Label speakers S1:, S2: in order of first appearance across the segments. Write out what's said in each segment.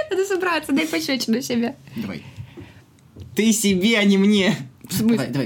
S1: Надо собраться, дай пощечину себе.
S2: Давай. Ты себе, а не мне.
S1: В смысле?
S2: Давай.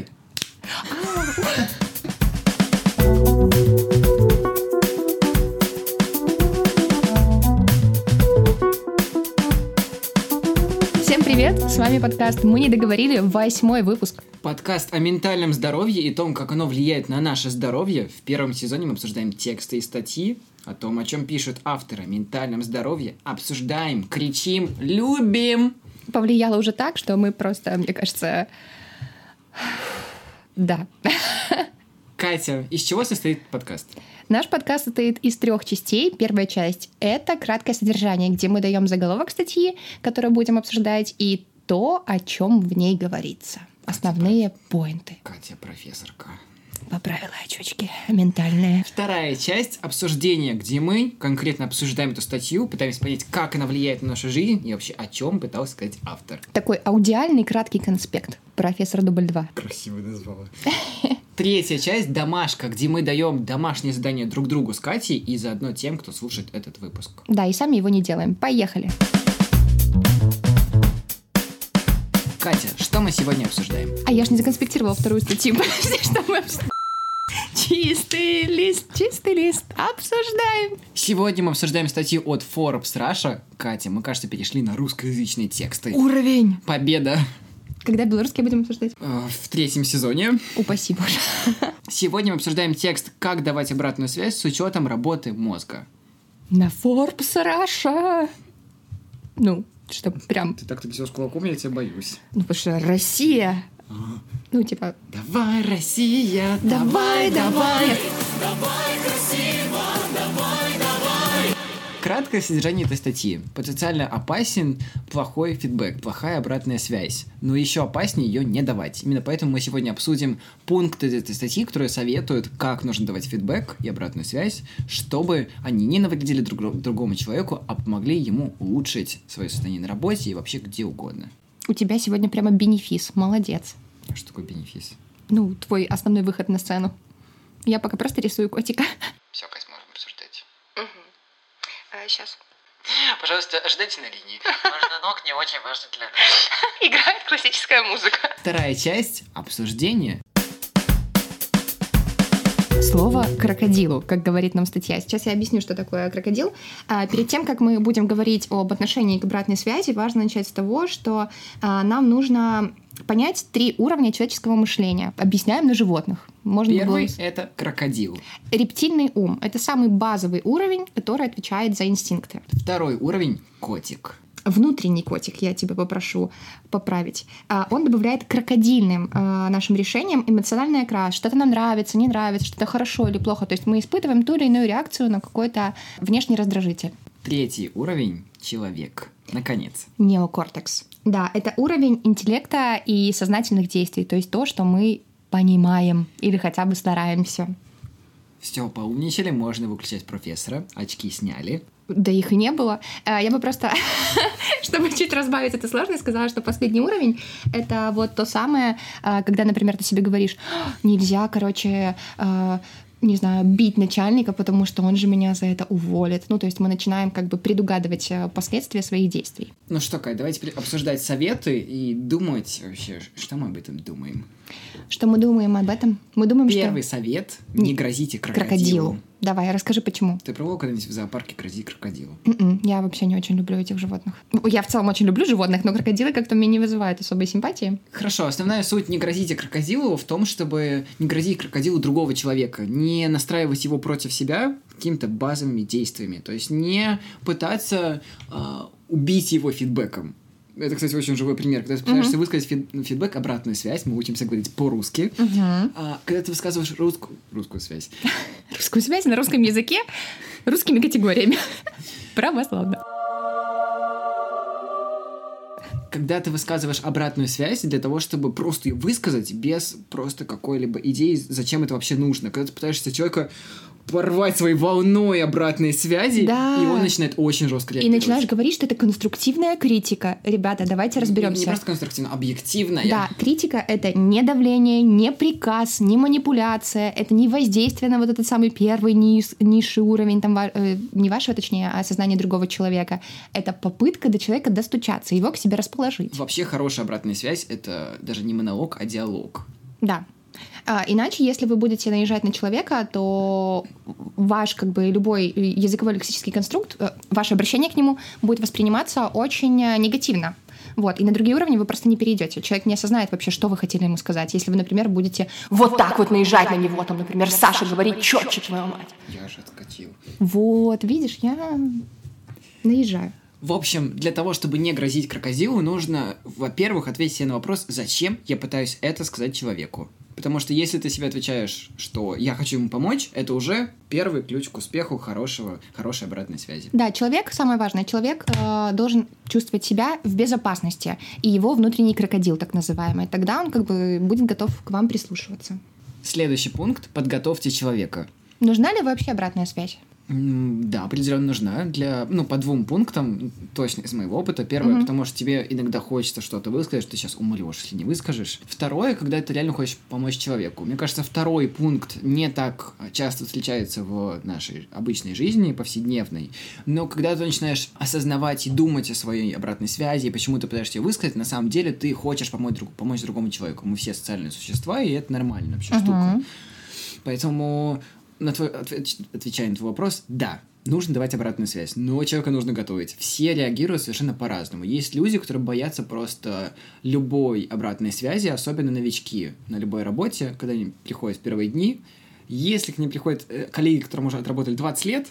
S1: Всем привет, с вами подкаст «Мы не договорили», 8-й выпуск.
S2: Подкаст о ментальном здоровье и том, как оно влияет на наше здоровье. В первом сезоне мы обсуждаем тексты и статьи, о том, о чем пишут авторы, о ментальном здоровье. Обсуждаем, кричим, любим.
S1: Повлияло уже так, что мы просто, мне кажется... Да.
S2: Катя, из чего состоит подкаст?
S1: Наш подкаст состоит из 3 частей. Первая часть — это краткое содержание, где мы даем заголовок статьи, которую будем обсуждать, и то, о чем в ней говорится. Основные поинты.
S2: Катя, профессорка.
S1: Поправила очечки ментальные.
S2: Вторая часть — обсуждения, где мы конкретно обсуждаем эту статью, пытаемся понять, как она влияет на нашу жизнь и вообще о чем пытался сказать автор.
S1: Такой аудиальный краткий конспект. Профессор дубль 2.
S2: Красиво назвала. Третья часть — домашка, где мы даем домашние задания друг другу с Катей и заодно тем, кто слушает этот выпуск.
S1: Да, и сами его не делаем. Поехали.
S2: Катя, что мы сегодня обсуждаем?
S1: А я ж не законспектировала вторую статью. Подожди, что мы обсуждаем? Чистый лист, обсуждаем.
S2: Сегодня мы обсуждаем статью от Forbes Russia. Катя, мы, кажется, перешли на русскоязычные тексты.
S1: Уровень.
S2: Победа.
S1: Когда белорусский будем обсуждать?
S2: В 3-м сезоне.
S1: Упаси Боже.
S2: Сегодня мы обсуждаем текст «Как давать обратную связь с учетом работы мозга».
S1: На Forbes Russia. Ну, что прям...
S2: Ты так трясёшь кулаком, я тебя боюсь.
S1: Ну, потому что Россия. Ну, типа...
S2: Давай, Россия,
S1: Давай.
S2: Давай, красиво, давай. Краткое содержание этой статьи. Потенциально опасен плохой фидбэк, плохая обратная связь. Но еще опаснее ее не давать. Именно поэтому мы сегодня обсудим пункты этой статьи, которые советуют, как нужно давать фидбэк и обратную связь, чтобы они не навредили другому человеку, а помогли ему улучшить свое состояние на работе и вообще где угодно.
S1: У тебя сегодня прямо бенефис. Молодец.
S2: Что такое бенефис?
S1: Ну, твой основной выход на сцену. Я пока просто рисую котика.
S2: Все, Кать, можем обсуждать.
S1: Сейчас.
S2: Пожалуйста, ожидайте на линии. Ваш звонок не очень важен для нас.
S1: Играет классическая музыка.
S2: Вторая часть — обсуждение.
S1: Слово «крокодилу», как говорит нам статья. Сейчас я объясню, что такое крокодил. Перед тем, как мы будем говорить об отношении к обратной связи, важно начать с того, что нам понять 3 уровня человеческого мышления. Объясняем на животных.
S2: Первый — это крокодил.
S1: Рептильный ум — это самый базовый уровень, который отвечает за инстинкты.
S2: Второй уровень — котик.
S1: Внутренний котик, я тебя попрошу поправить. Он добавляет крокодильным нашим решениям эмоциональный окрас. Что-то нам нравится, не нравится, что-то хорошо или плохо. То есть мы испытываем ту или иную реакцию на какой-то внешний раздражитель.
S2: Третий уровень — человек. Наконец.
S1: Неокортекс. Да, это уровень интеллекта и сознательных действий. То есть то, что мы понимаем или хотя бы стараемся.
S2: Все, поумничали, можно выключать профессора. Очки сняли.
S1: Да их и не было. Я бы просто, чтобы чуть разбавить это сложно, сказала, что последний уровень — это вот то самое, когда, например, ты себе говоришь: нельзя, не знаю, бить начальника, потому что он же меня за это уволит. Ну, то есть мы начинаем как бы предугадывать последствия своих действий.
S2: Ну что, Кать, давайте теперь обсуждать советы и думать вообще, что мы об этом думаем.
S1: Что мы думаем об этом? Мы думаем,
S2: Первый совет — не грозите крокодилу.
S1: Давай, расскажи, почему.
S2: Ты пробовал когда-нибудь в зоопарке грозить крокодилу?
S1: Я вообще не очень люблю этих животных. Я в целом очень люблю животных, но крокодилы как-то мне не вызывают особой симпатии.
S2: Хорошо, основная суть «не грозите крокодилу» в том, чтобы не грозить крокодилу другого человека, не настраивать его против себя какими-то базовыми действиями, то есть не пытаться убить его фидбэком. Это, кстати, очень живой пример. Когда ты пытаешься высказать фидбэк, обратную связь, мы учимся говорить по-русски. Когда ты высказываешь русскую связь.
S1: Русскую связь на русском языке русскими категориями. Православно.
S2: Когда ты высказываешь обратную связь для того, чтобы просто ее высказать без просто какой-либо идеи, зачем это вообще нужно. Когда ты пытаешься человека порвать своей волной обратной связи,
S1: Да.
S2: и он начинает очень жестко
S1: И
S2: реагировать.
S1: начинаешь говорить, что это конструктивная критика. Ребята, давайте разберемся.
S2: Не просто конструктивно, объективная.
S1: Да, критика — это не давление, не приказ, не манипуляция, это не воздействие на вот этот самый первый низший уровень, там, не вашего, точнее, а сознания другого человека. Это попытка до человека достучаться, его к себе расположить.
S2: Вообще хорошая обратная связь — это даже не монолог, а диалог.
S1: Да. Иначе, если вы будете наезжать на человека, то ваш как бы любой языковой лексический конструкт, ваше обращение к нему будет восприниматься очень негативно. Вот. И на другие уровни вы просто не перейдете. Человек не осознает вообще, что вы хотели ему сказать. Если вы, например, будете вот так вот наезжать на него, там, например, Саша говорит четче, твою мать.
S2: Я же отскочил.
S1: Вот, видишь, я наезжаю.
S2: В общем, для того, чтобы не грозить крокодилу, нужно, во-первых, ответить себе на вопрос, зачем я пытаюсь это сказать человеку. Потому что если ты себе отвечаешь, что я хочу ему помочь, это уже первый ключ к успеху хорошей обратной связи.
S1: Да, человек, самое важное, человек должен чувствовать себя в безопасности, и его внутренний крокодил, так называемый. Тогда он как бы будет готов к вам прислушиваться.
S2: Следующий пункт – подготовьте человека.
S1: Нужна ли вообще обратная связь?
S2: Да, определенно нужна. По 2 пунктам, точно из моего опыта. Первое, потому что тебе иногда хочется что-то высказать, что ты сейчас умрешь, если не выскажешь. Второе, когда ты реально хочешь помочь человеку. Мне кажется, второй пункт не так часто встречается в нашей обычной жизни, повседневной. Но когда ты начинаешь осознавать и думать о своей обратной связи, и почему ты пытаешься ее высказать, на самом деле ты хочешь помочь другому человеку. Мы все социальные существа, и это нормальная вообще штука. Поэтому... Отвечая на твой вопрос, да, нужно давать обратную связь, но человека нужно готовить. Все реагируют совершенно по-разному. Есть люди, которые боятся просто любой обратной связи, особенно новички на любой работе, когда они приходят в первые дни. Если к ним приходят коллеги, которые уже отработали 20 лет,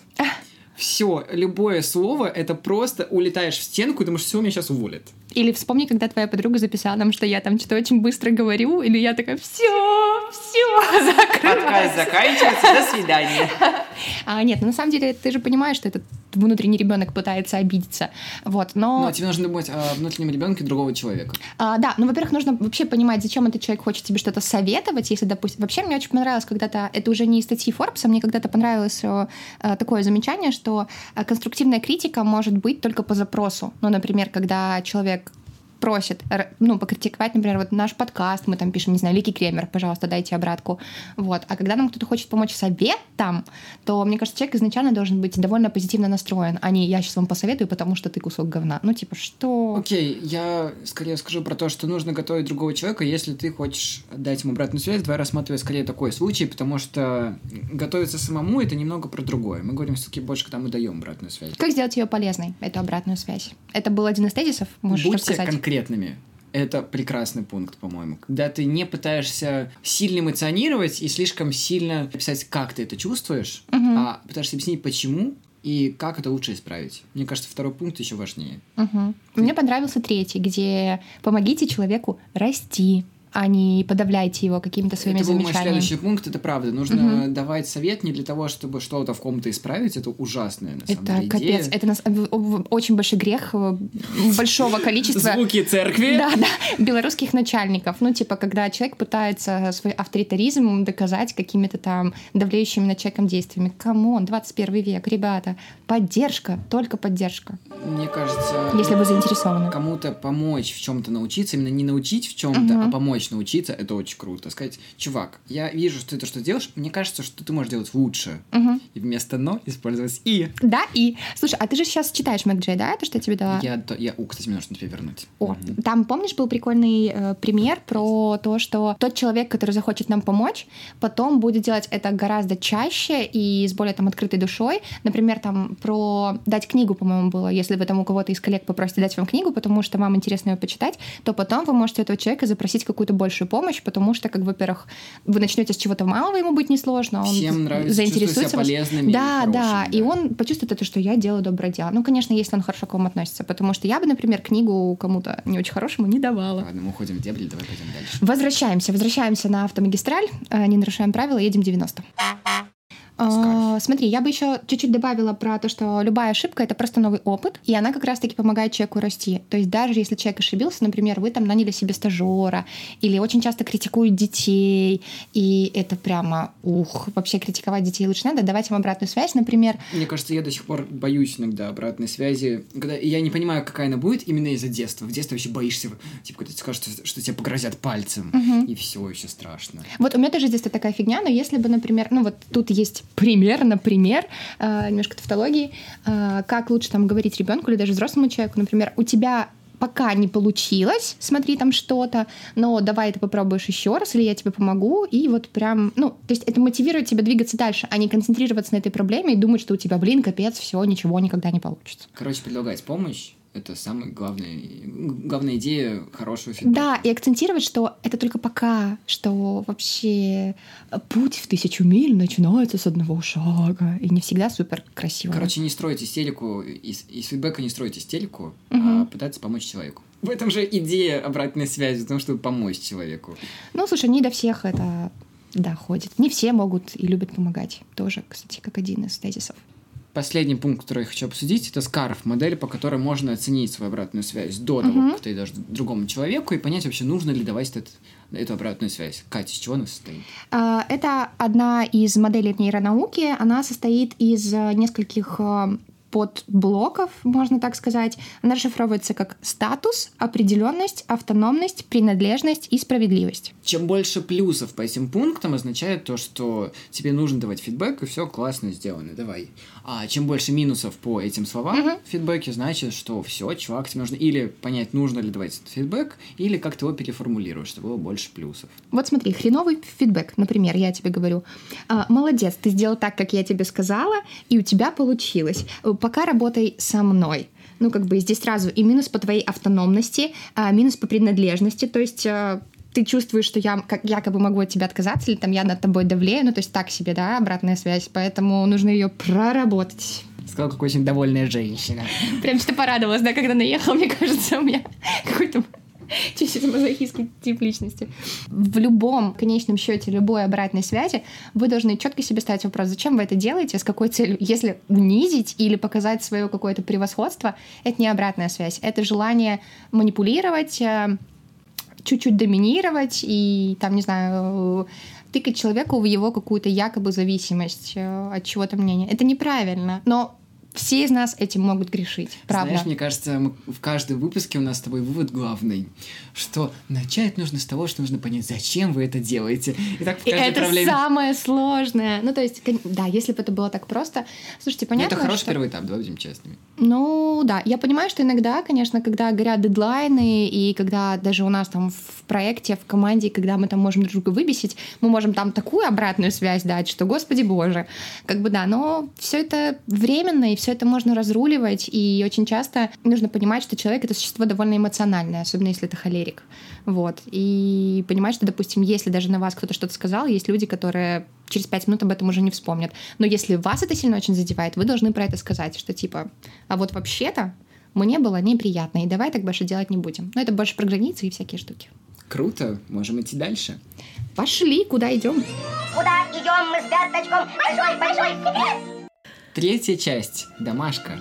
S2: все, любое слово, это просто улетаешь в стенку и думаешь, все, меня сейчас уволят.
S1: Или вспомни, когда твоя подруга записала нам, что я там что-то очень быстро говорю, или я такая, все, закрылась.
S2: Подкаст заканчивается, до свидания.
S1: Нет, на самом деле ты же понимаешь, что этот внутренний ребенок пытается обидеться. Вот, но
S2: тебе нужно думать о внутреннем ребенке другого человека.
S1: Да, во-первых, нужно вообще понимать, зачем этот человек хочет тебе что-то советовать, если, допустим... Вообще, мне очень понравилось когда-то, это уже не из статьи Форбса, мне когда-то понравилось такое замечание, что конструктивная критика может быть только по запросу. Ну, например, когда человек просит, покритиковать, например, вот наш подкаст, мы там пишем, не знаю, Лики Кремер, пожалуйста, дайте обратку. Вот. А когда нам кто-то хочет помочь советом, то, мне кажется, человек изначально должен быть довольно позитивно настроен, а не «я сейчас вам посоветую, потому что ты кусок говна». Что?
S2: Окей, я скорее скажу про то, что нужно готовить другого человека, если ты хочешь дать ему обратную связь, давай рассматривать скорее такой случай, потому что готовиться самому — это немного про другое. Мы говорим все-таки больше, когда мы даем обратную связь.
S1: Как сделать ее полезной, эту обратную связь? Это был один из тезисов, можешь рассказать?
S2: Конкретными. Это прекрасный пункт, по-моему. Когда ты не пытаешься сильно эмоционировать и слишком сильно писать, как ты это чувствуешь, а пытаешься объяснить, почему и как это лучше исправить. Мне кажется, второй пункт еще важнее.
S1: Мне понравился третий, где помогите человеку расти, а не подавляйте его какими-то своими замечаниями.
S2: Это был мой следующий пункт, это правда. Нужно давать совет не для того, чтобы что-то в ком-то исправить. Это ужасная, на самом деле, идея.
S1: Это капец. Это очень большой грех большого количества...
S2: Звуки церкви.
S1: Да, белорусских начальников. Когда человек пытается свой авторитаризм доказать какими-то там давлеющими над человеком действиями. Камон, 21 век, ребята. Поддержка, только поддержка.
S2: Мне кажется...
S1: Если вы заинтересованы.
S2: Кому-то помочь в чем-то научиться, именно не научить в чем-то, а помочь научиться, это очень круто. Сказать, чувак, я вижу, что ты то, что делаешь, мне кажется, что ты можешь делать лучше. И вместо «но» использовать «и».
S1: Да, «и». Слушай, а ты же сейчас читаешь МакДжей, да? Это что я тебе дала?
S2: Кстати, мне нужно тебе вернуть.
S1: Там, помнишь, был прикольный пример про то, что тот человек, который захочет нам помочь, потом будет делать это гораздо чаще и с более там открытой душой. Например, там про дать книгу, по-моему, было. Если вы там у кого-то из коллег попросите дать вам книгу, потому что вам интересно ее почитать, то потом вы можете этого человека запросить какую-то большую помощь, потому что, во-первых, вы начнете с чего-то малого, ему будет несложно, он
S2: всем нравится
S1: заинтересуется
S2: себя полезными,
S1: да, и он почувствует это, что я делаю доброе дело. Конечно, если он хорошо к вам относится, потому что я бы, например, книгу кому-то не очень хорошему не давала.
S2: Ладно, мы уходим в дебри, давай пойдем дальше.
S1: Возвращаемся на автомагистраль, не нарушаем правила, едем 90. Смотри, я бы еще чуть-чуть добавила про то, что любая ошибка — это просто новый опыт, и она как раз-таки помогает человеку расти. То есть даже если человек ошибился, например, вы там наняли себе стажера, или очень часто критикуют детей, и это прямо, вообще критиковать детей лучше надо, давать им обратную связь, например.
S2: Мне кажется, я до сих пор боюсь иногда обратной связи, когда я не понимаю, какая она будет именно из-за детства. В детстве вообще боишься, типа, когда тебе скажут, что тебе погрозят пальцем, и все страшно.
S1: Вот у меня тоже здесь такая фигня, но если бы, например, вот тут есть пример, немножко тавтологии, как лучше там говорить ребенку или даже взрослому человеку, например, у тебя пока не получилось, смотри там что-то, но давай ты попробуешь еще раз, или я тебе помогу, и вот прям, то есть это мотивирует тебя двигаться дальше, а не концентрироваться на этой проблеме и думать, что у тебя, капец, все, ничего никогда не получится.
S2: Короче, предлагать помощь. Это самая главная идея хорошего фидбэка.
S1: Да, и акцентировать, что это только пока, что вообще путь в 1000 миль начинается с одного шага, и не всегда супер красиво.
S2: Короче, не строить истерику, из фидбэка не строить истерику, а пытаться помочь человеку. В этом же идея обратной связи, в том, чтобы помочь человеку.
S1: Слушай, не до всех это доходит. Не все могут и любят помогать. Тоже, кстати, как один из тезисов.
S2: Последний пункт, который я хочу обсудить, это SCARF, модель, по которой можно оценить свою обратную связь до того, как ты дашь другому человеку, и понять вообще, нужно ли давать эту обратную связь. Катя, из чего она состоит?
S1: Это одна из моделей нейронауки. Она состоит из нескольких подблоков, можно так сказать. Она расшифровывается как статус, определенность, автономность, принадлежность и справедливость.
S2: Чем больше плюсов по этим пунктам, означает то, что тебе нужно давать фидбэк, и все классно сделано, давай. А чем больше минусов по этим словам в фидбэке, значит, что все, чувак, тебе нужно или понять, нужно ли давать этот фидбэк, или как ты его переформулируешь, чтобы было больше плюсов.
S1: Вот смотри, хреновый фидбэк, например, я тебе говорю: молодец, ты сделал так, как я тебе сказала, и у тебя получилось. Пока работай со мной. Здесь сразу и минус по твоей автономности, минус по принадлежности, то есть ты чувствуешь, что я якобы могу от тебя отказаться, или там я над тобой давлею, то есть так себе, да, обратная связь, поэтому нужно ее проработать.
S2: Сказала, как очень довольная женщина.
S1: Прям что порадовалась, да, когда наехал, мне кажется, у меня какой-то чуть-чуть мазохистский тип личности. В любом конечном счете любой обратной связи вы должны четко себе ставить вопрос, зачем вы это делаете, с какой целью. Если унизить или показать свое какое-то превосходство, это не обратная связь, это желание манипулировать, чуть-чуть доминировать и там, не знаю, тыкать человеку в его какую-то якобы зависимость от чего-то мнения. Это неправильно, но все из нас этим могут грешить, правда.
S2: Знаешь, мне кажется, в каждом выпуске у нас с тобой вывод главный, что начать нужно с того, что нужно понять, зачем вы это делаете. И так в каждой проблеме...
S1: самое сложное. То есть, да, если бы это было так просто... Слушайте, понятно,
S2: это хороший первый этап, давай будем честными.
S1: Да, я понимаю, что иногда, конечно, когда горят дедлайны, и когда даже у нас там в проекте, в команде, когда мы там можем друг друга выбесить, мы можем там такую обратную связь дать, что, господи боже, но все это временно, и все это можно разруливать, и очень часто нужно понимать, что человек — это существо довольно эмоциональное, особенно если это холерик. И понимать, что, допустим, если даже на вас кто-то что-то сказал, есть люди, которые через 5 минут об этом уже не вспомнят. Но если вас это сильно очень задевает, вы должны про это сказать, что типа, а вот вообще-то мне было неприятно, и давай так больше делать не будем. Это больше про границы и всякие штуки.
S2: Круто, можем идти дальше.
S1: Пошли, куда идем?
S3: Куда идем мы с Берточком? Большой секрет!
S2: Третья часть. Домашка.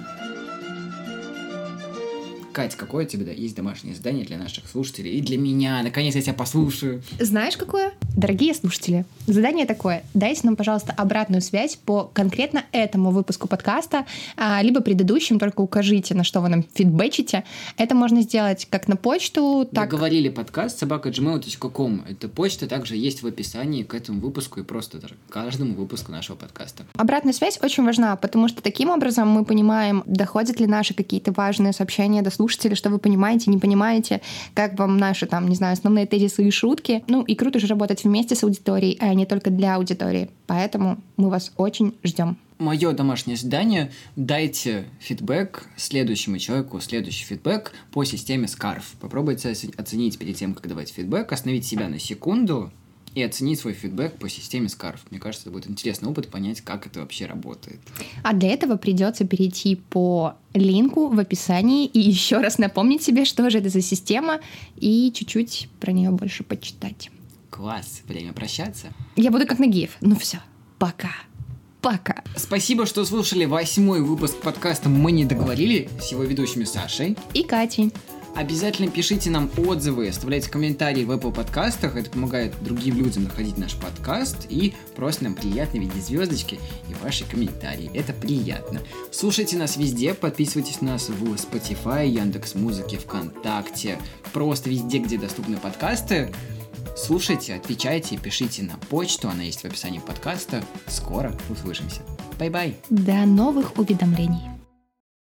S2: Кать, какое у тебя есть домашнее задание для наших слушателей? И для меня. Наконец я тебя послушаю.
S1: Знаешь, какое? Дорогие слушатели, задание такое. Дайте нам, пожалуйста, обратную связь по конкретно этому выпуску подкаста, либо предыдущим, только укажите, на что вы нам фидбэчите. Это можно сделать как на почту, так...
S2: Договорили подкаст @gmail.com. Эта почта также есть в описании к этому выпуску и просто даже к каждому выпуску нашего подкаста.
S1: Обратная связь очень важна, потому что таким образом мы понимаем, доходят ли наши какие-то важные сообщения до слушателей, что вы понимаете, не понимаете, как вам наши, основные тезисы и шутки. И круто же работать вместе с аудиторией, а не только для аудитории. Поэтому мы вас очень ждем.
S2: Мое домашнее задание — дайте фидбэк следующему человеку, следующий фидбэк по системе SCARF. Попробуйте оценить перед тем, как давать фидбэк, остановить себя на секунду и оценить свой фидбэк по системе SCARF. Мне кажется, это будет интересный опыт понять, как это вообще работает.
S1: А для этого придется перейти по линку в описании и еще раз напомнить себе, что же это за система, и чуть-чуть про нее больше почитать.
S2: Класс, время прощаться.
S1: Я буду как Нагиев. Все, пока. Пока.
S2: Спасибо, что слушали 8-й выпуск подкаста «Мы не договорили» с его ведущими Сашей
S1: И Катей.
S2: Обязательно пишите нам отзывы, оставляйте комментарии в Apple подкастах. Это помогает другим людям находить наш подкаст. И просто нам приятно видеть звездочки и ваши комментарии. Это приятно. Слушайте нас везде, подписывайтесь на нас в Spotify, Яндекс.Музыке, ВКонтакте. Просто везде, где доступны подкасты. Слушайте, отвечайте, пишите на почту. Она есть в описании подкаста. Скоро услышимся. Бай-бай.
S1: До новых уведомлений.